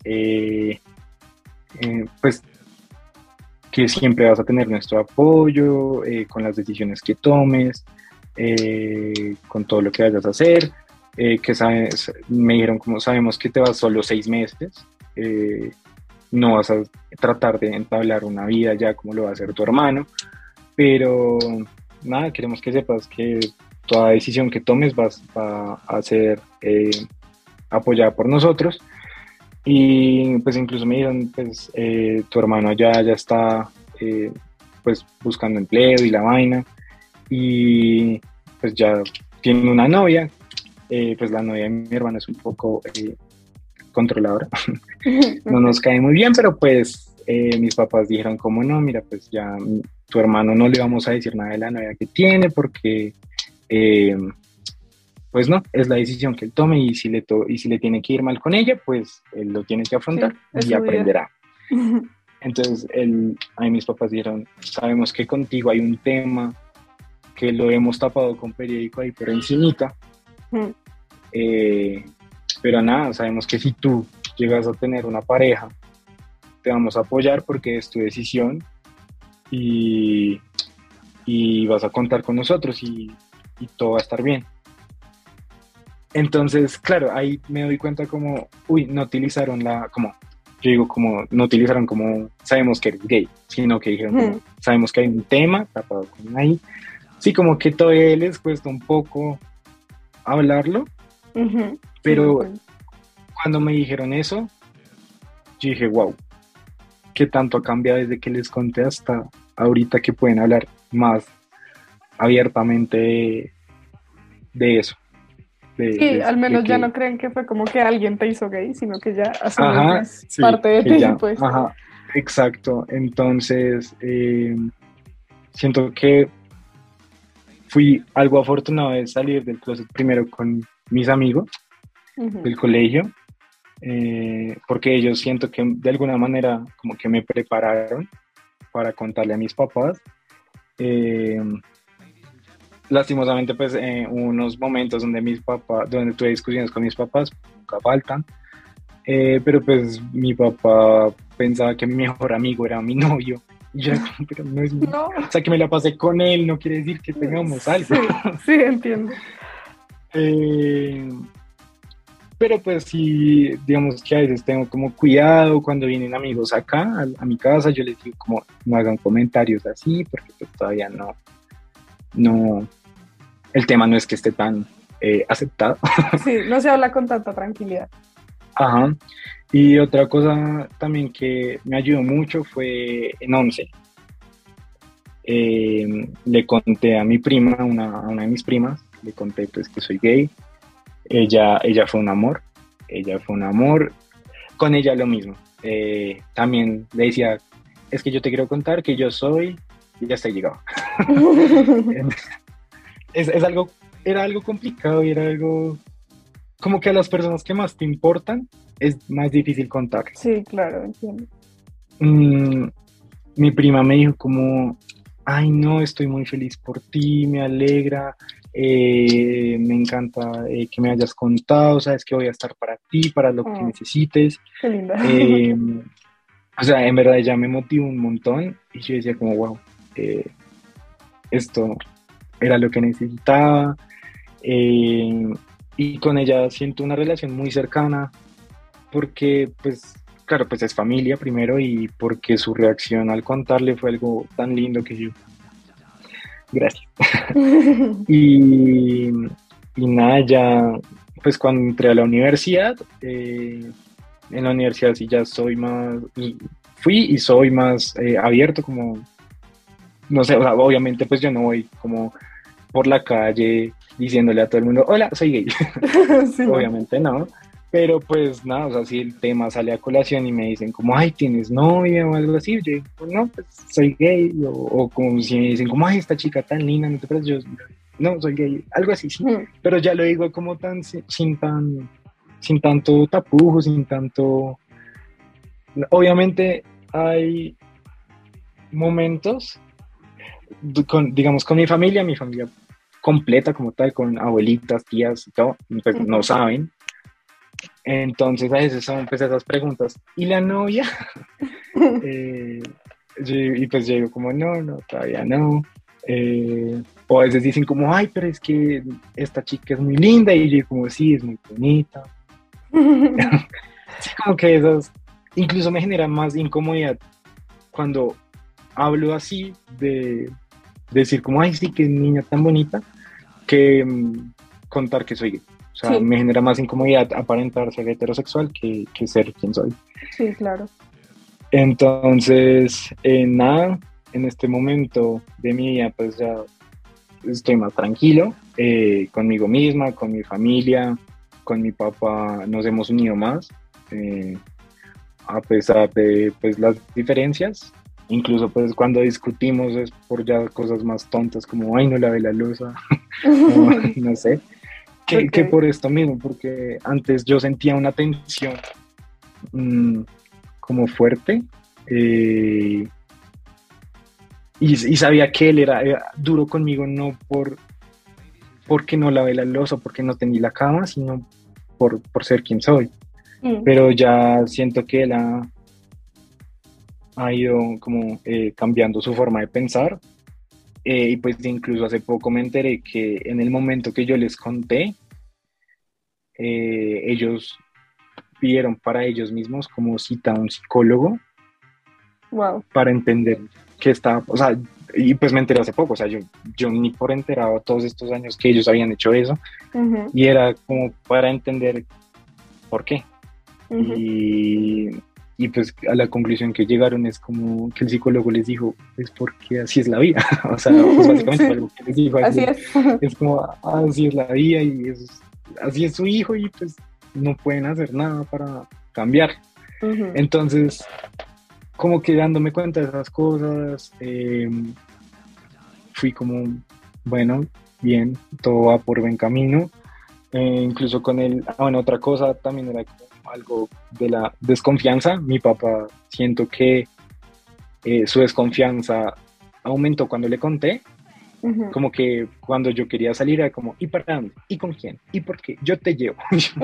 pues, que siempre vas a tener nuestro apoyo con las decisiones que tomes, con todo lo que vayas a hacer, que sabes, me dijeron como sabemos que te vas solo 6 meses, no vas a tratar de entablar una vida ya como lo va a hacer tu hermano, pero nada, queremos que sepas que toda decisión que tomes va a ser apoyada por nosotros. Y pues incluso me dijeron, pues tu hermano ya está pues buscando empleo y la vaina, y pues ya tiene una novia, pues la novia de mi hermano es un poco controladora, no nos cae muy bien, pero pues mis papás dijeron como no, mira, pues ya tu hermano no le vamos a decir nada de la novia que tiene porque eh, pues no, es la decisión que él tome, y y si le tiene que ir mal con ella, pues él lo tiene que Sí, afrontar es y su vida. aprenderá. Entonces, a mis papás dijeron, sabemos que contigo hay un tema que lo hemos tapado con periódico ahí por encimita, eh, pero nada, sabemos que si tú llegas a tener una pareja, te vamos a apoyar porque es tu decisión, y, y vas a contar con nosotros, y todo va a estar bien. Entonces, claro, ahí me doy cuenta como, uy, no utilizaron como, yo digo como, no utilizaron como, sabemos que eres gay, sino que dijeron como, sabemos que hay un tema tapado con ahí. Sí, como que todavía les cuesta un poco hablarlo, pero Sí, cuando me dijeron eso, yo dije, wow, qué tanto ha cambiado desde que les conté hasta ahorita que pueden hablar más abiertamente de eso. sí, al De menos ya que no creen que fue como que alguien te hizo gay, sino que ya asumen que ajá, es sí, parte de que ti, ya, pues. ajá, exacto. Entonces, siento que fui algo afortunado de salir del closet primero con mis amigos del colegio, porque ellos siento que de alguna manera como que me prepararon para contarle a mis papás. Eh, Lastimosamente, pues, hubo unos momentos donde donde tuve discusiones con mis papás, nunca faltan. Pero pues mi papá pensaba que mi mejor amigo era mi novio. Y yo era como, pero no es No, o sea, que me la pasé con él, no quiere decir que tengamos algo. sí, sí, entiendo. Eh, pero pues sí, digamos que a veces tengo como cuidado cuando vienen amigos acá a mi casa, yo les digo como no hagan comentarios así, porque pues todavía no, el tema no es que esté tan aceptado. Sí, no se habla con tanta tranquilidad. Ajá. Y otra cosa también que me ayudó mucho fue en 11. Le conté a mi prima, a una de mis primas, le conté pues que soy gay. Ella fue un amor, ella fue un amor. Con ella lo mismo. También le decía, es que yo te quiero contar que yo soy, y ya estoy llegado. Es algo, era algo complicado y era algo como que a las personas que más te importan es más difícil contar. Sí, claro, entiendo. Mm, Mi prima me dijo como, ay no, estoy muy feliz por ti, me alegra, me encanta que me hayas contado, sabes que voy a estar para ti, para lo que Oh, necesites. qué linda. Eh, o sea, en verdad ella me motivó un montón, y yo decía como, wow, esto era lo que necesitaba. Eh, y con ella siento una relación muy cercana porque pues claro, pues es familia primero, y porque su reacción al contarle fue algo tan lindo que yo, gracias. Y, y nada, ya, pues cuando entré a la universidad, en la universidad sí ya soy más, fui y soy más abierto, como, no sé, o sea, obviamente pues yo no voy como por la calle diciéndole a todo el mundo, hola, soy gay. Sí, no. Obviamente no, pero pues nada, o sea, si el tema sale a colación y me dicen como, ay, ¿tienes novia o algo así? Yo digo, pues, no, pues soy gay, o como si me dicen como, ay, esta chica tan linda, ¿no te parece? Yo, no, soy gay, algo así, sí, pero ya lo digo como tan, sin tan, sin tanto tapujo, sin tanto... Obviamente hay momentos, digamos, con mi familia completa como tal, con abuelitas, tías y todo, pues no saben. Entonces a veces son pues esas preguntas. ¿Y la novia? Y pues yo digo como, no, todavía no. O a veces dicen como, ay, pero es que esta chica es muy linda. Y yo digo como, sí, es muy bonita. Sí, como que esas incluso me generan más incomodidad cuando hablo así de decir como, ay, sí, qué niña tan bonita, que contar que soy gay. O sea, Sí. me genera más incomodidad aparentar ser heterosexual que ser quien soy. Sí, claro. Entonces, nada, en este momento de mi vida, pues ya estoy más tranquilo conmigo misma, con mi familia, con mi papá nos hemos unido más, a pesar de pues, las diferencias. Incluso pues cuando discutimos es por ya cosas más tontas como, ay, no lavé la loza, o no sé, que Okay. por esto mismo, porque antes yo sentía una tensión como fuerte, eh, y sabía que él era duro conmigo no porque no lavé la loza, porque no tendí la cama, sino por ser quien soy. Mm. Pero ya siento que él ha ido como cambiando su forma de pensar, y pues incluso hace poco me enteré que en el momento que yo les conté, ellos pidieron para ellos mismos como cita a un psicólogo Wow. para entender qué estaba, o sea, y pues me enteré hace poco, o sea, yo ni por enterado todos estos años que ellos habían hecho eso, Uh-huh. y era como para entender por qué. Uh-huh. Y pues a la conclusión que llegaron es como que el psicólogo les dijo, es porque así es la vida, o sea, pues básicamente fue Sí, algo que les dijo así así, es. es como, así es la vida y así es su hijo y pues no pueden hacer nada para cambiar. Uh-huh. Entonces, como que dándome cuenta de esas cosas, fui como, bueno, bien, todo va por buen camino. Incluso con él, bueno, otra cosa también era como algo de la desconfianza. Mi papá, siento que su desconfianza aumentó cuando le conté, Uh-huh. como que cuando yo quería salir era como, ¿y para dónde? ¿Y con quién? ¿Y por qué? Yo te llevo.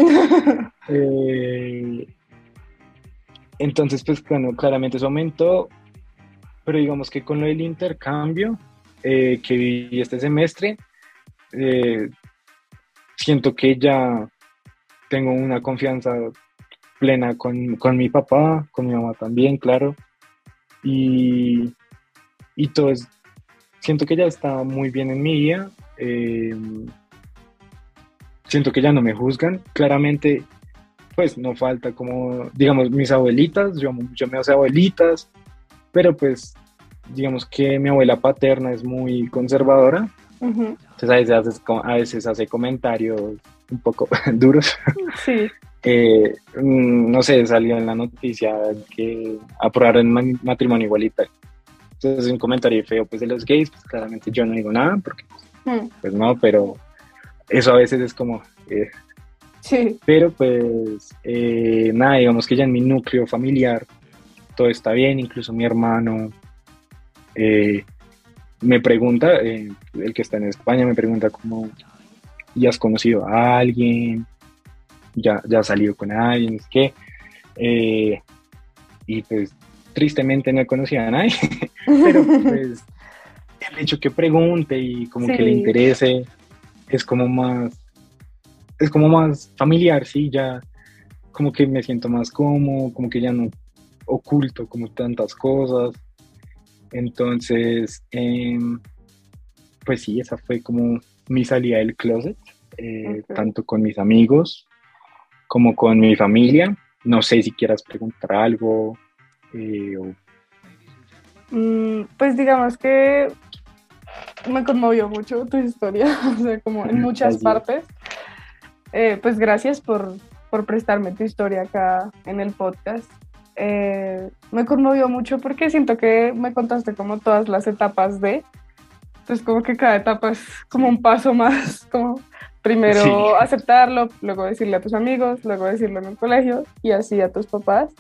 Eh, entonces, pues bueno, claramente eso aumentó, pero digamos que con lo del intercambio que viví este semestre, eh, siento que ya tengo una confianza plena con mi papá, con mi mamá también, claro, y, y todo es, siento que ya está muy bien en mi vida, siento que ya no me juzgan, claramente, pues no falta como, digamos, mis abuelitas, yo amo mucho a mis abuelitas, pero pues, digamos que mi abuela paterna es muy conservadora, Uh-huh. entonces a veces hace comentarios un poco duros. Sí. No sé, salió en la noticia que aprobaron matrimonio igualitario. Entonces, un comentario feo pues de los gays, pues claramente yo no digo nada, porque Mm. pues no, pero eso a veces es como, Sí. pero pues nada, digamos que ya en mi núcleo familiar todo está bien, incluso mi hermano me pregunta, el que está en España me pregunta como, ¿y has conocido a alguien? ¿Ya has salido con alguien? Es que... y pues tristemente no he conocido a nadie, pero pues el hecho que pregunte y como que le Sí. interese es como más familiar, sí, ya como que me siento más cómodo, como que ya no oculto como tantas cosas, entonces, pues sí, esa fue como mi salida del closet, Okay. tanto con mis amigos como con mi familia. No sé si quieras preguntar algo, o Pues digamos que me conmovió mucho tu historia, o sea, como en muchas gracias. partes. Pues gracias por prestarme tu historia acá en el podcast. Me conmovió mucho porque siento que me contaste como todas las etapas de, entonces como que cada etapa es como un paso más, como Sí, Primero aceptarlo, luego decirle a tus amigos, luego decirlo en el colegio y así a tus papás.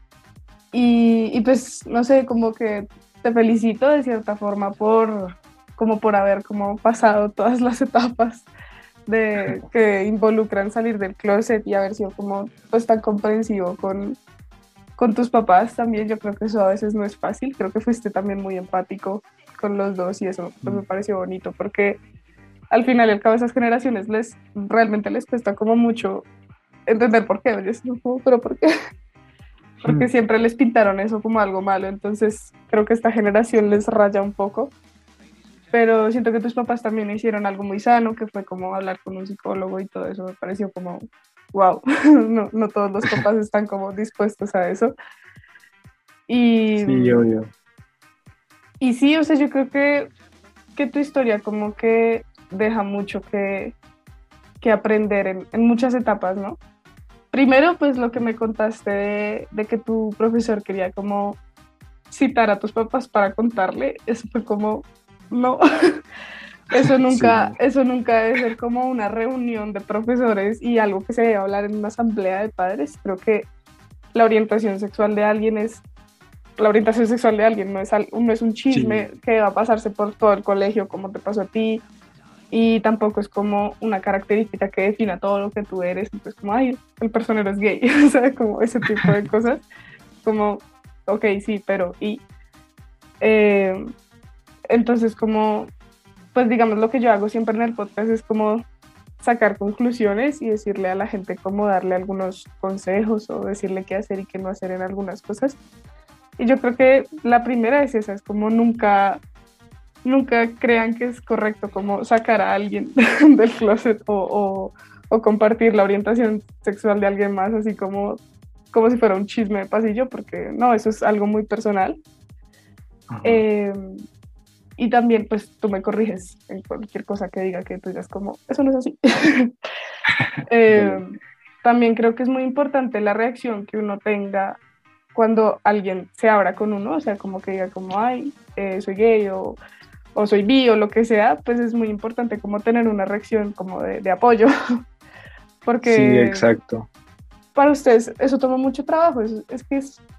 Y pues, no sé, como que te felicito de cierta forma como por haber como pasado todas las etapas de que involucran salir del closet y haber sido como pues tan comprensivo con tus papás también. Yo creo que eso a veces no es fácil. Creo que fuiste también muy empático con los dos y eso pues me pareció bonito porque al final y al cabo a esas generaciones realmente les cuesta como mucho entender por qué. Yo decía, "No, pero ¿por qué?" Porque siempre les pintaron eso como algo malo, entonces creo que esta generación les raya un poco, pero siento que tus papás también hicieron algo muy sano, que fue como hablar con un psicólogo y todo eso, me pareció como, wow, no, no todos los papás están como dispuestos a eso. Y, sí, obvio. y sí, o sea, yo creo que tu historia como que deja mucho que aprender en muchas etapas, ¿no? Primero, pues lo que me contaste de que tu profesor quería como citar a tus papás para contarle, eso fue como, no, Sí, eso nunca debe ser como una reunión de profesores y algo que se debe hablar en una asamblea de padres. Creo que la orientación sexual de alguien es, la orientación sexual de alguien no es un sí, chisme que va a pasarse por todo el colegio como te pasó a ti y tampoco es como una característica que defina todo lo que tú eres, entonces como, ay, el personero es gay, o sea, como ese tipo de cosas, como, ok, sí, pero, y eh, entonces como, pues digamos, lo que yo hago siempre en el podcast es como sacar conclusiones y decirle a la gente cómo darle algunos consejos o decirle qué hacer y qué no hacer en algunas cosas. Y yo creo que la primera es esa, es como nunca crean que es correcto como sacar a alguien del closet o compartir la orientación sexual de alguien más, así como si fuera un chisme de pasillo, porque no, eso es algo muy personal. ajá, Eh, y también, pues tú me corriges en cualquier cosa que diga que tú digas como, eso no es así. Eh, dale. también creo que es muy importante la reacción que uno tenga cuando alguien se abra con uno, o sea, como que diga como, ay, soy gay o soy bi o lo que sea, pues es muy importante como tener una reacción como de apoyo, Sí, porque exacto. para ustedes eso toma mucho trabajo, es que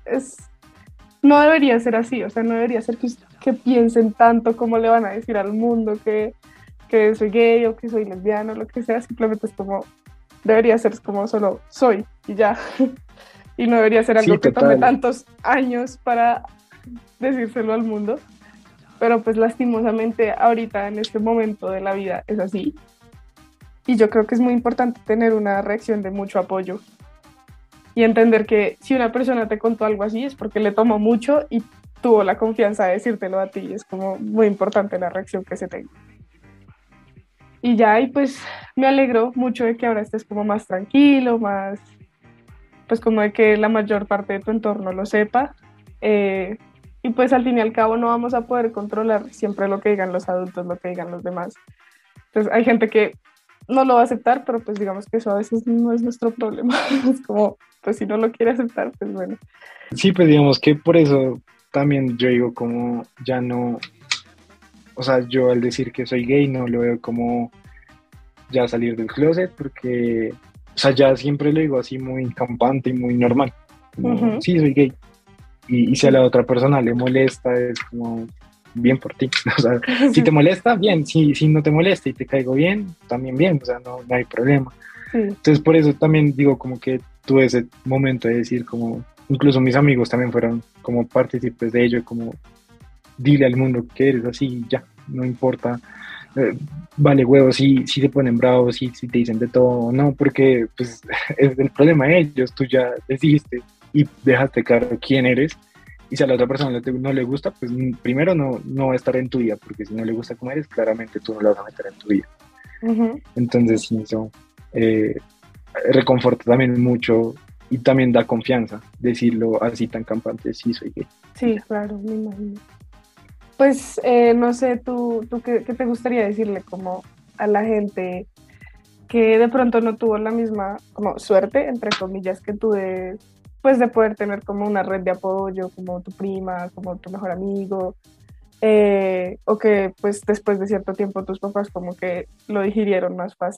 no debería ser así, o sea, no debería ser que piensen tanto cómo le van a decir al mundo que soy gay o que soy lesbiano, lo que sea, simplemente es como, debería ser como solo soy y ya, y no debería ser Sí, algo que tome total. tantos años para decírselo al mundo, pero pues lastimosamente ahorita en este momento de la vida es así. Y yo creo que es muy importante tener una reacción de mucho apoyo y entender que si una persona te contó algo así es porque le tomó mucho y tuvo la confianza de decírtelo a ti. Es como muy importante la reacción que se tenga. Y ya, y pues me alegro mucho de que ahora estés como más tranquilo, más, pues como de que la mayor parte de tu entorno lo sepa. Eh, y pues al fin y al cabo no vamos a poder controlar siempre lo que digan los adultos, lo que digan los demás. Entonces hay gente que no lo va a aceptar, pero pues digamos que eso a veces no es nuestro problema. Es como, pues si no lo quiere aceptar, pues bueno. Sí, pues digamos que por eso también yo digo como ya no, o sea, yo al decir que soy gay no lo veo como ya salir del closet porque, o sea, ya siempre lo digo así muy campante y muy normal, como, Ujú, sí, soy gay. Y si a sí. la otra persona le molesta, es como, bien por ti. O sea, si te Sí, molesta, bien, si no te molesta y te caigo bien, también bien, o sea, no hay problema. sí. Entonces, por eso también digo como que tuve ese momento de decir como, incluso mis amigos también fueron como partícipes de ello, como, dile al mundo que eres así, ya, no importa. Vale, huevo, si se ponen bravos, si te dicen de todo, no, porque pues es el problema de ellos, tú ya les dijiste y dejaste claro quién eres, y si a la otra persona no le gusta, pues primero no va a estar en tu vida, porque si no le gusta como eres, claramente tú no lo vas a meter en tu vida. Ujú, Entonces, sí, eso eh, reconforta también mucho y también da confianza decirlo así tan campante, sí, soy gay. Y sí, ya. claro, me imagino. Pues no sé, tú qué te gustaría decirle como a la gente que de pronto no tuvo la misma como suerte, entre comillas, que tú pues de poder tener como una red de apoyo, como tu prima, como tu mejor amigo, o que pues después de cierto tiempo tus papás como que lo digirieron más fácil.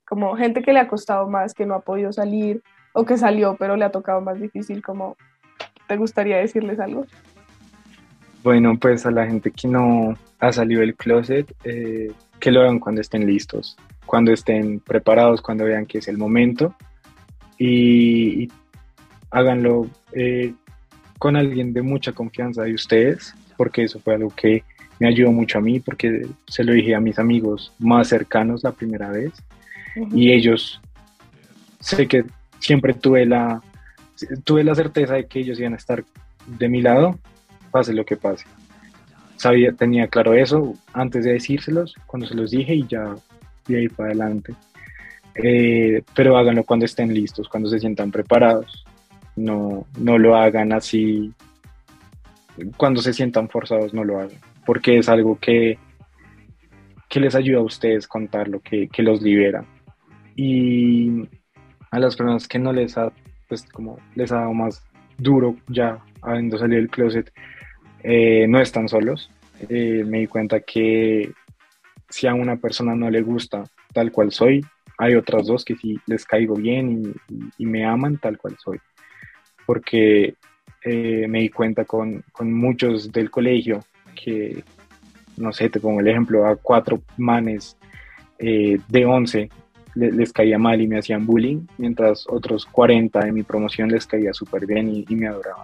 como gente que le ha costado más, que no ha podido salir o que salió pero le ha tocado más difícil, como te gustaría decirles algo? Bueno, pues a la gente que no ha salido del closet, que lo hagan cuando estén listos, cuando estén preparados, cuando vean que es el momento y háganlo con alguien de mucha confianza de ustedes, porque eso fue algo que me ayudó mucho a mí, porque se lo dije a mis amigos más cercanos la primera vez y ellos, sé que siempre tuve la certeza de que ellos iban a estar de mi lado, pase lo que pase. Sabía, tenía claro eso antes de decírselos, cuando se los dije y ya de ahí para adelante. Pero háganlo cuando estén listos, cuando se sientan preparados. No lo hagan así, cuando se sientan forzados, no lo hagan, porque es algo que les ayuda a ustedes contarlo, que los libera. Y a las personas que no les ha, pues como les ha dado más duro ya habiendo salido del closet, no están solos. Me di cuenta que si a una persona no le gusta tal cual soy, hay otras dos que sí les caigo bien y me aman tal cual soy. Porque me di cuenta con muchos del colegio que, no sé, te pongo el ejemplo, a 4 manes de 11 les caía mal y me hacían bullying, mientras otros 40 de mi promoción les caía súper bien y me adoraban.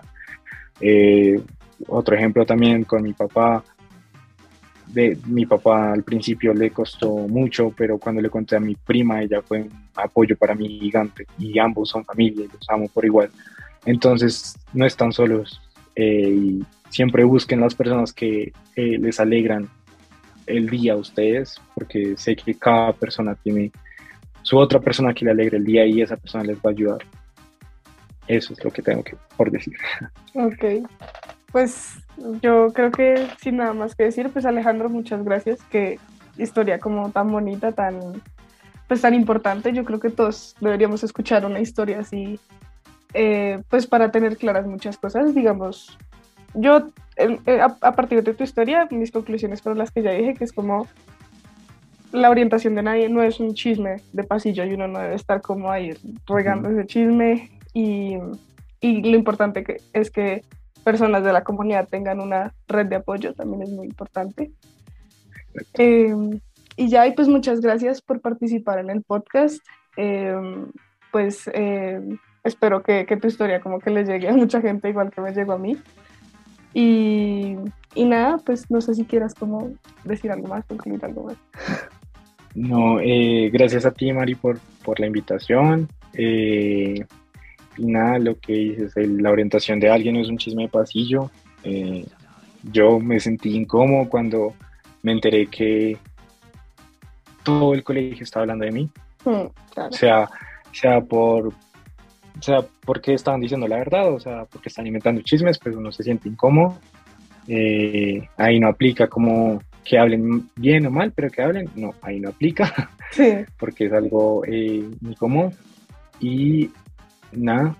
Otro ejemplo también con mi papá. Mi papá al principio le costó mucho, pero cuando le conté a mi prima, ella fue un apoyo para mí gigante y ambos son familia y los amo por igual. Entonces no están solos y siempre busquen las personas que les alegran el día a ustedes, porque sé que cada persona tiene su otra persona que le alegre el día y esa persona les va a ayudar. Eso es lo que tengo por decir. Ok, pues yo creo que sin nada más que decir, pues Alejandro, muchas gracias, qué historia como tan bonita, pues tan importante. Yo creo que todos deberíamos escuchar una historia así, pues para tener claras muchas cosas. Digamos, yo a partir de tu historia, mis conclusiones fueron las que ya dije, que es como la orientación de nadie no es un chisme de pasillo y uno no debe estar como ahí regando ese chisme y lo importante es que personas de la comunidad tengan una red de apoyo, también es muy importante. Y ya, y pues muchas gracias por participar en el podcast. Pues espero que tu historia como que le llegue a mucha gente igual que me llegó a mí. Y nada, pues no sé si quieras como decir algo más, concluir algo más. No, gracias a ti, Mari, por la invitación. Y nada, lo que dices, la orientación de alguien no es un chisme de pasillo. Yo me sentí incómodo cuando me enteré que todo el colegio estaba hablando de mí. Claro. Sea porque estaban diciendo la verdad, o sea, porque están inventando chismes, pues uno se siente incómodo. Ahí no aplica como que hablen bien o mal, pero que hablen, no, ahí no aplica, sí. Porque es algo incómodo. Y nada,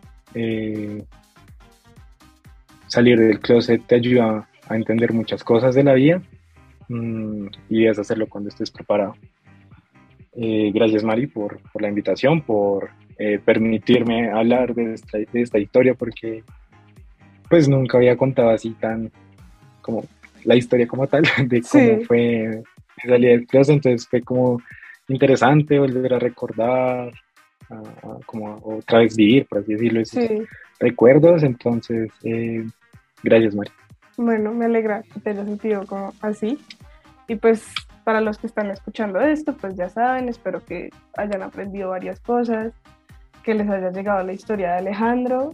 salir del closet te ayuda a entender muchas cosas de la vida y debes hacerlo cuando estés preparado. Gracias, Mari, por la invitación, por permitirme hablar de esta historia, porque pues nunca había contado así tan como la historia como tal de cómo fue mi salida del closet. Entonces fue como interesante volver a recordar, como otra vez vivir, por así decirlo, esos recuerdos. Entonces gracias, Mari. Bueno, me alegra que te hayas sentido como así. Y pues para los que están escuchando esto, pues ya saben, espero que hayan aprendido varias cosas, que les haya llegado la historia de Alejandro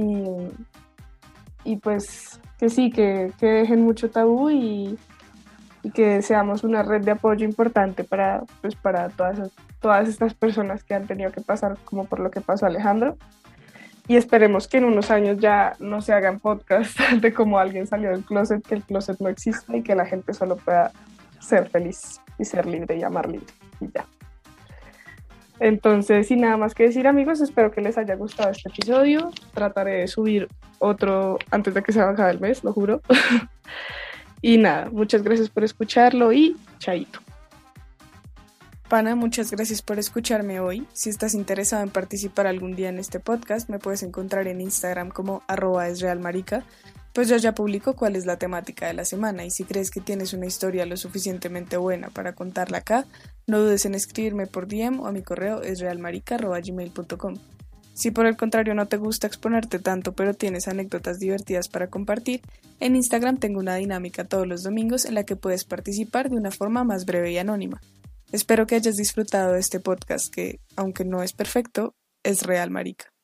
y pues que sí, que dejen mucho tabú y que seamos una red de apoyo importante para todas estas personas que han tenido que pasar como por lo que pasó Alejandro. Y esperemos que en unos años ya no se hagan podcasts de cómo alguien salió del closet, que el closet no exista y que la gente solo pueda ser feliz y ser libre y amar libre y ya. Entonces, sin nada más que decir, amigos, espero que les haya gustado este episodio. Trataré de subir otro antes de que se acabe el mes, lo juro. Y nada, muchas gracias por escucharlo y chaito. Pana, muchas gracias por escucharme hoy. Si estás interesado en participar algún día en este podcast, me puedes encontrar en Instagram como @esrealmarica, pues yo ya publico cuál es la temática de la semana y si crees que tienes una historia lo suficientemente buena para contarla acá, no dudes en escribirme por DM o a mi correo esrealmarica@gmail.com. Si por el contrario no te gusta exponerte tanto pero tienes anécdotas divertidas para compartir, en Instagram tengo una dinámica todos los domingos en la que puedes participar de una forma más breve y anónima. Espero que hayas disfrutado de este podcast que, aunque no es perfecto, es real, marica.